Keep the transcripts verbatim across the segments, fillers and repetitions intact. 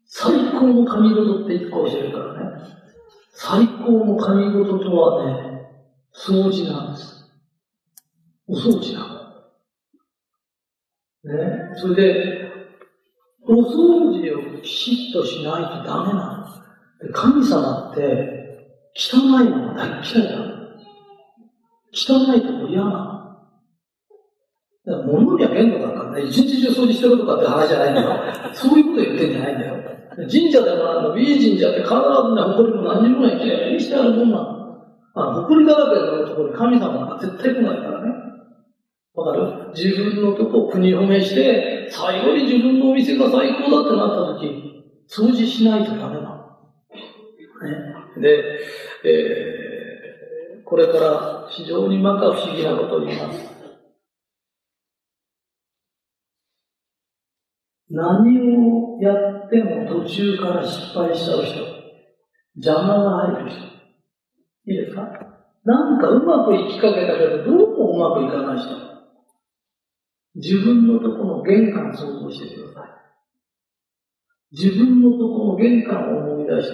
最高の神事って一個教えるからね。最高の神事とはね、掃除なんです。お掃除なの。ね。それで、お掃除をきちっとしないとダメなの。で、神様って、汚いのが大嫌いなの。汚いとこ嫌なの。だから物には限度だからね、一日中掃除してるとかって話じゃないんだよ。そういうこと言ってんじゃないんだよ。神社でもあるの、美瑛神社って必ずね、埃も何にもないきれいにしてあるもんなの。あの、埃だらけのところに神様が絶対来ないからね。わかる？自分のとこを国褒めして、最後に自分のお店が最高だってなった時、掃除しないとダメなの。ね。で、えー、これから非常にまか不思議なことを言います。何をやっても途中から失敗しちゃう人、邪魔が入る人、いいですか？なんかうまくいきかけたけど、どうもうまくいかない人、自分のとこの玄関を想像してください。自分のとこの玄関を思い出して、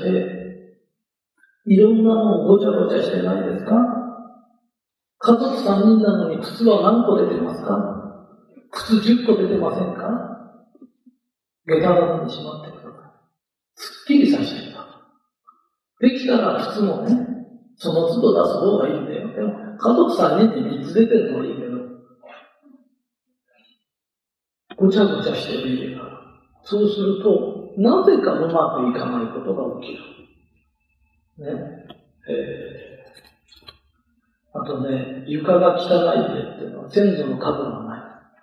いろんなものごちゃごちゃしてないですか？家族さんにんなのに靴は何個出てますか？靴じゅっこ出てませんか？下駄箱にしまってください。すっきりさせてください。できたら靴もね、その都度出す方がいいんだよ。でも、家族さんにんでみっつ出てるのはいいけど、ごちゃごちゃしてる家が。そうすると、なぜかうまくいかないことが起きる。ね。えー、あとね、床が汚い家っていうのは先祖の家具がない。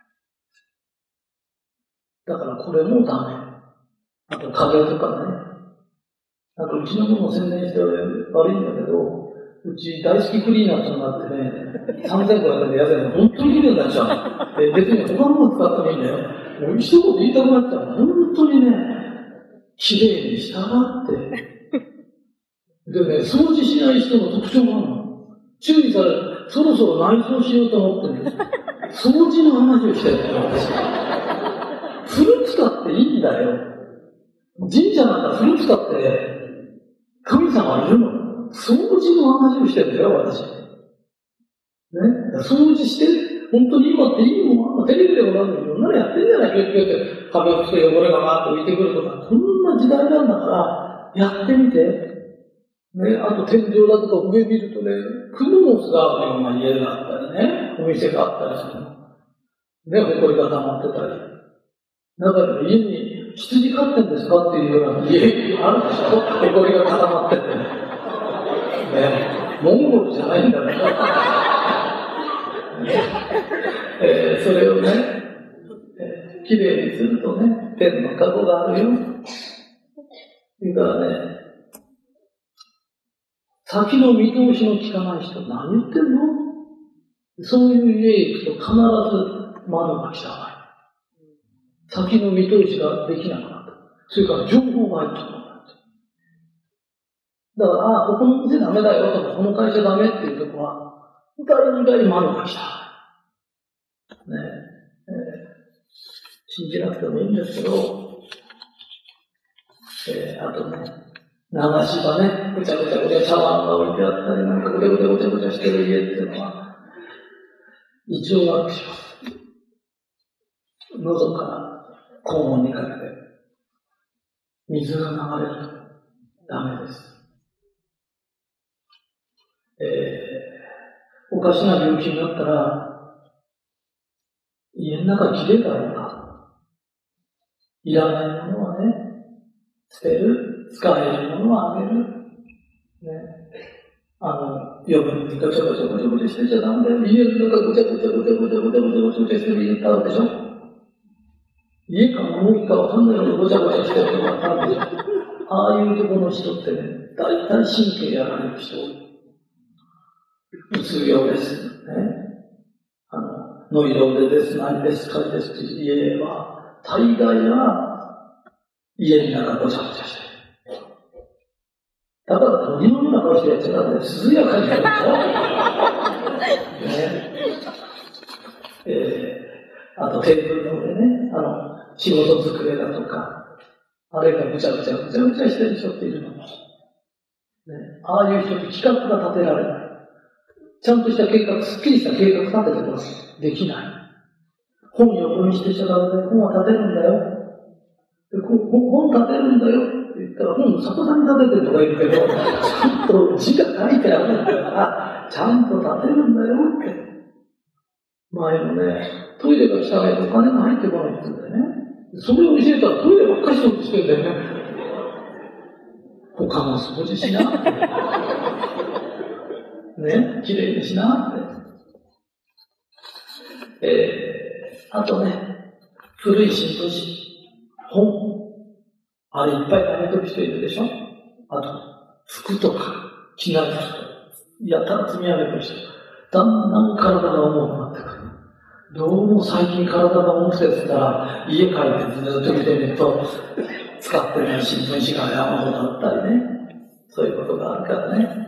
だからこれもダメ。あと壁とかね。なんかうちのものを宣伝して悪いんだけど、うち大好きクリーナーってのがあってね、さんぜんごひゃくえんで安いの本当に綺麗になっちゃう。え別に他のもの使ってもいいんだよ。もう一言言いたくなっちゃう。本当にね、綺麗にしたらって。でね、掃除しない人の特徴があるの。注意される。そろそろ内装しようと思ってるんです。掃除の話をしてるんだよ、私。古使っていいんだよ。神社なんか古使って、神様いるの。掃除の話をしてるんだよ、私。ね。掃除して、本当に今っていいもん、テレビでもなんでいろんなのやってんじゃない、キュッキュって、壁を拭くと汚れがガーッと浮いてくるとか、こんな時代なんだから、やってみて。ね、あと天井だとか上見るとね、クモの巣があるような家があったりね、お店があったりするの。ね、埃が溜まってたり。だから家に羊飼ってんですかっていうような家あるでしょ、埃が固まってて。ね、モンゴルじゃないんだね。えー、それをね、えー、きれいにするとね、天の加護があるよ。それからね、先の見通しの利かない人、何言ってんの？そういう家へ行くと必ず窓が汚い。先の見通しができなくなった。それから情報が入ってこなくなった。だから、ああ、ここの店ダメだよとか、この会社ダメっていうとこは、大概窓が汚い。ねえ、えー、信じなくてもいいんですけど、えー、あとね、流し場ね、ぐちゃぐちゃぐちゃシャワーが置いてあったり、なんかぐちゃぐちゃぐちゃぐちゃしてる家っていうのは、一応悪くします。喉から肛門にかけて、水が流れるとダメです。えー、おかしな病気になったら、家の中きれいだろうか。いらないものはね、捨てる、使えるものはあげる。ね。あの、余分にごちゃごちゃごちゃごちゃしてちゃダメだよ。家の中ごちゃごちゃごちゃごちゃごちゃごちゃごちゃごちゃしてる家ってあるでしょ。家か物置かわかんないようにごちゃごちゃしてるとこがあるでしょ。ああいうところの人ってね、大体神経やられる人。うつ病です。ね。あの、ノイローゼです、何です、かいですって家は、大概は、家の中ごちゃごちゃしてる。だから、鳥のような顔してやっちゃダメで、涼やかにやるでしょ。ね。えー、あとテーブルの上ね、あの、仕事机だとか、 あれがぐちゃぐちゃぐちゃぐちゃしてる人っているのに、ね、ああいう人って企画が立てられない。ちゃんとした計画、すっきりした計画立ててます。できない。本横にしてちゃダメだよ。本は立てるんだよ。で本立てるんだよって言ったら、本逆さに立ててるとか言うけど、ちゃんと字が書いてあるんだから、ちゃんと立てるんだよって。前のね、トイレが汚いとお金が入ってこないって言うんだよね。それを教えたらトイレばっかりしようとしてるんだよね。他も掃除しなって。ね、きれいにしなって。えー、あとね、古い新聞紙、本。あれいっぱい貯めとく人いるでしょ。あと、服とか、着ない服。やたら積み上げてる人。だんだん体が重くなってくる。どうも最近体が重くてって言ったら、家帰ってずっと見てみると、使ってない新聞紙が山ほどあったりね。そういうことがあるからね。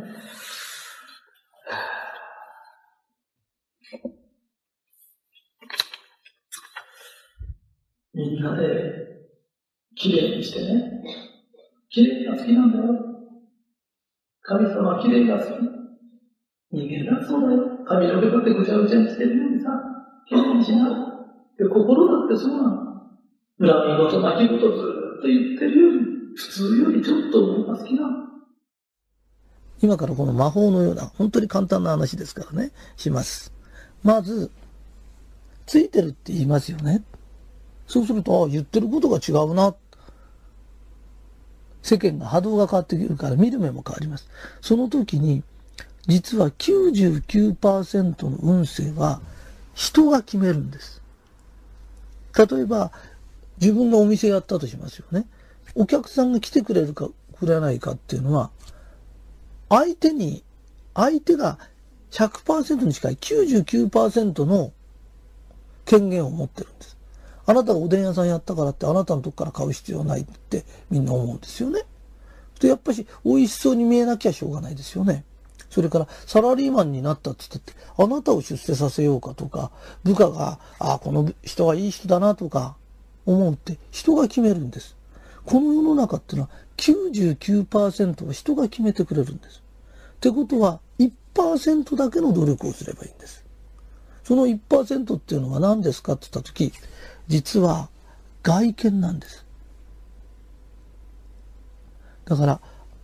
みんなで、きれいにしてね。きれいが好きなんだよ。神様はきれいが好き。人間だそうだよ。髪の毛だってぐちゃぐちゃにしてるようにさ、きれいにしな。で、心だってそうなの。恨み事、泣き言ずっと言ってるより、普通よりちょっと俺が好きなの。 今からこの魔法のような、本当に簡単な話ですからね、します。まず、ついてるって言いますよね。そうすると、ああ、言ってることが違うな。世間が波動が変わってくるから見る目も変わります。その時に、実は きゅうじゅうきゅうパーセント の運勢は人が決めるんです。例えば、自分がお店やったとしますよね。お客さんが来てくれるかくれないかっていうのは、相手に、相手が ひゃくパーセント に近い きゅうじゅうきゅうパーセント の権限を持ってるんです。あなたがおでん屋さんやったからってあなたのとこから買う必要はないってみんな思うんですよね。で、やっぱし美味しそうに見えなきゃしょうがないですよね。それからサラリーマンになったって言ったって、あなたを出世させようかとか、部下が、ああ、この人はいい人だなとか思うって人が決めるんです。この世の中っていうのは きゅうじゅうきゅうパーセント は人が決めてくれるんです。ってことは いちパーセント だけの努力をすればいいんです。その いちパーセント っていうのは何ですかって言ったとき、実は外見なんです。だから、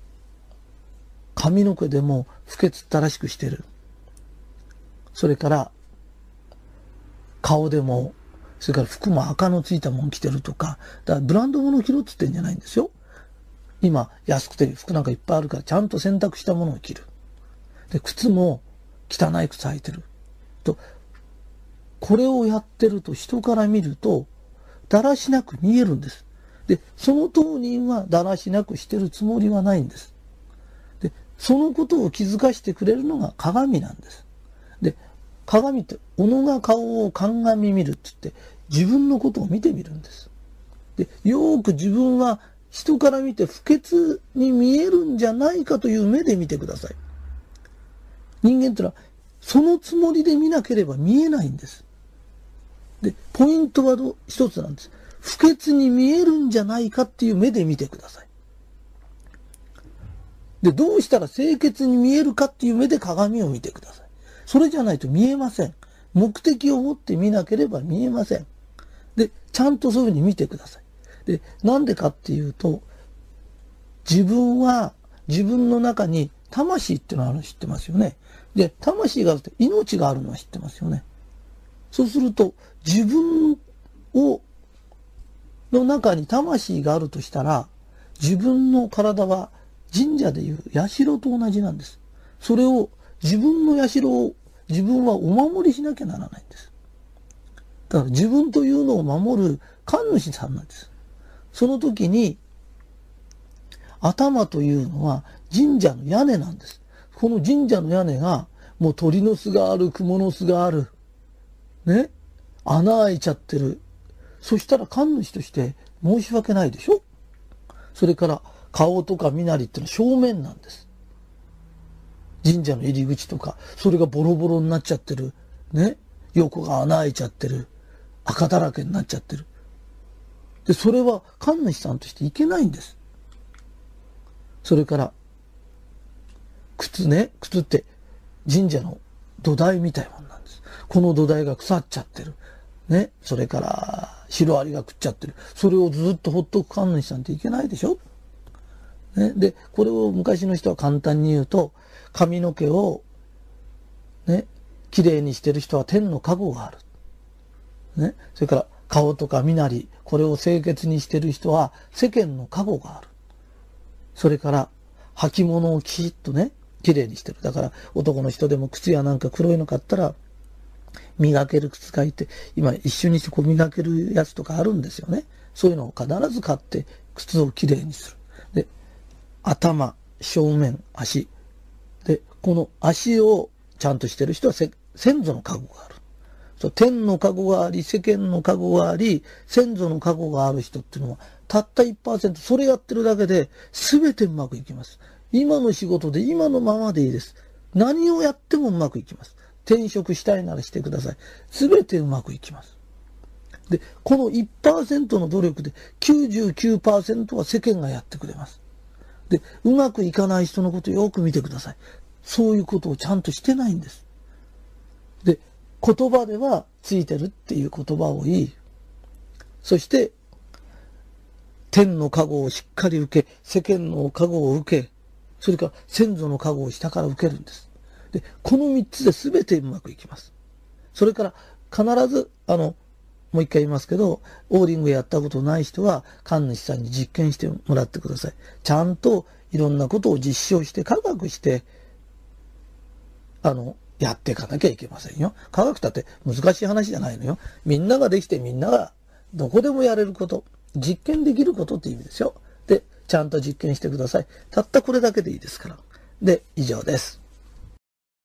髪の毛でも不潔ったらしくしてる。それから、顔でも、それから服も赤のついたもの着てるとか、だからブランド物着ろって言ってんじゃないんですよ。今、安くて服なんかいっぱいあるから、ちゃんと選択したものを着る。で、靴も汚い靴履いてる。と、これをやってると人から見ると、だらしなく見えるんです。で、その当人はだらしなくしてるつもりはないんです。で、そのことを気づかしてくれるのが鏡なんです。で、鏡って、己が顔を鑑見るって言って、自分のことを見てみるんです。で、よーく自分は人から見て不潔に見えるんじゃないかという目で見てください。人間ってのは、そのつもりで見なければ見えないんです。で、ポイントはど一つなんです。不潔に見えるんじゃないかっていう目で見てください。で、どうしたら清潔に見えるかっていう目で鏡を見てください。それじゃないと見えません。目的を持って見なければ見えません。で、ちゃんとそういうふうに見てください。で、なんでかっていうと、自分は自分の中に魂っていうのがあるの知ってますよね。で、魂があると命があるのは知ってますよね。そうすると、自分を、の中に魂があるとしたら、自分の体は神社でいう社と同じなんです。それを、自分の社を自分はお守りしなきゃならないんです。だから自分というのを守る神主さんなんです。その時に、頭というのは神社の屋根なんです。この神社の屋根が、もう鳥の巣がある、蜘蛛の巣がある。ね、穴開いちゃってる。そしたら神主として申し訳ないでしょ。それから顔とか身なりってのは正面なんです。神社の入り口とか、それがボロボロになっちゃってる。ね、横が穴開いちゃってる。赤だらけになっちゃってる。 で、それは神主さんとしていけないんです。それから、靴ね、靴って神社の土台みたいなもんなんです。この土台が腐っちゃってる。ね。それから、シロアリが食っちゃってる。それをずっとほっとく神主さんっていけないでしょ。ね。で、これを昔の人は簡単に言うと、髪の毛を、ね、きれいにしてる人は天の加護がある。ね。それから、顔とか身なり、これを清潔にしてる人は世間の加護がある。それから、履物をきちっとね、きれいにしてる。だから、男の人でも靴やなんか黒いの買ったら、磨ける靴がいて、今一緒にしてこう磨けるやつとかあるんですよね。そういうのを必ず買って靴をきれいにする。で、頭、正面、足。で、この足をちゃんとしてる人は先祖の加護がある。そう天の加護があり、世間の加護があり、先祖の加護がある人っていうのは、たった いちパーセント、それやってるだけで全てうまくいきます。今の仕事で今のままでいいです。何をやってもうまくいきます。転職したいならしてください。すべてうまくいきます。で、この いちパーセント の努力で きゅうじゅうきゅうパーセント は世間がやってくれます。で、うまくいかない人のことをよく見てください。そういうことをちゃんとしてないんです。で、言葉ではついてるっていう言葉を言い、そして、天の加護をしっかり受け、世間の加護を受け、それから先祖の加護を下から受けるんです。で、この三つで全てうまくいきます。それから必ず、あの、もう一回言いますけど、オーリングやったことない人は神主さんに実験してもらってください。ちゃんといろんなことを実証して科学して、あの、やっていかなきゃいけませんよ。科学だって難しい話じゃないのよ。みんなができてみんながどこでもやれること、実験できることって意味ですよ。で、ちゃんと実験してください。たったこれだけでいいですから。で、以上です。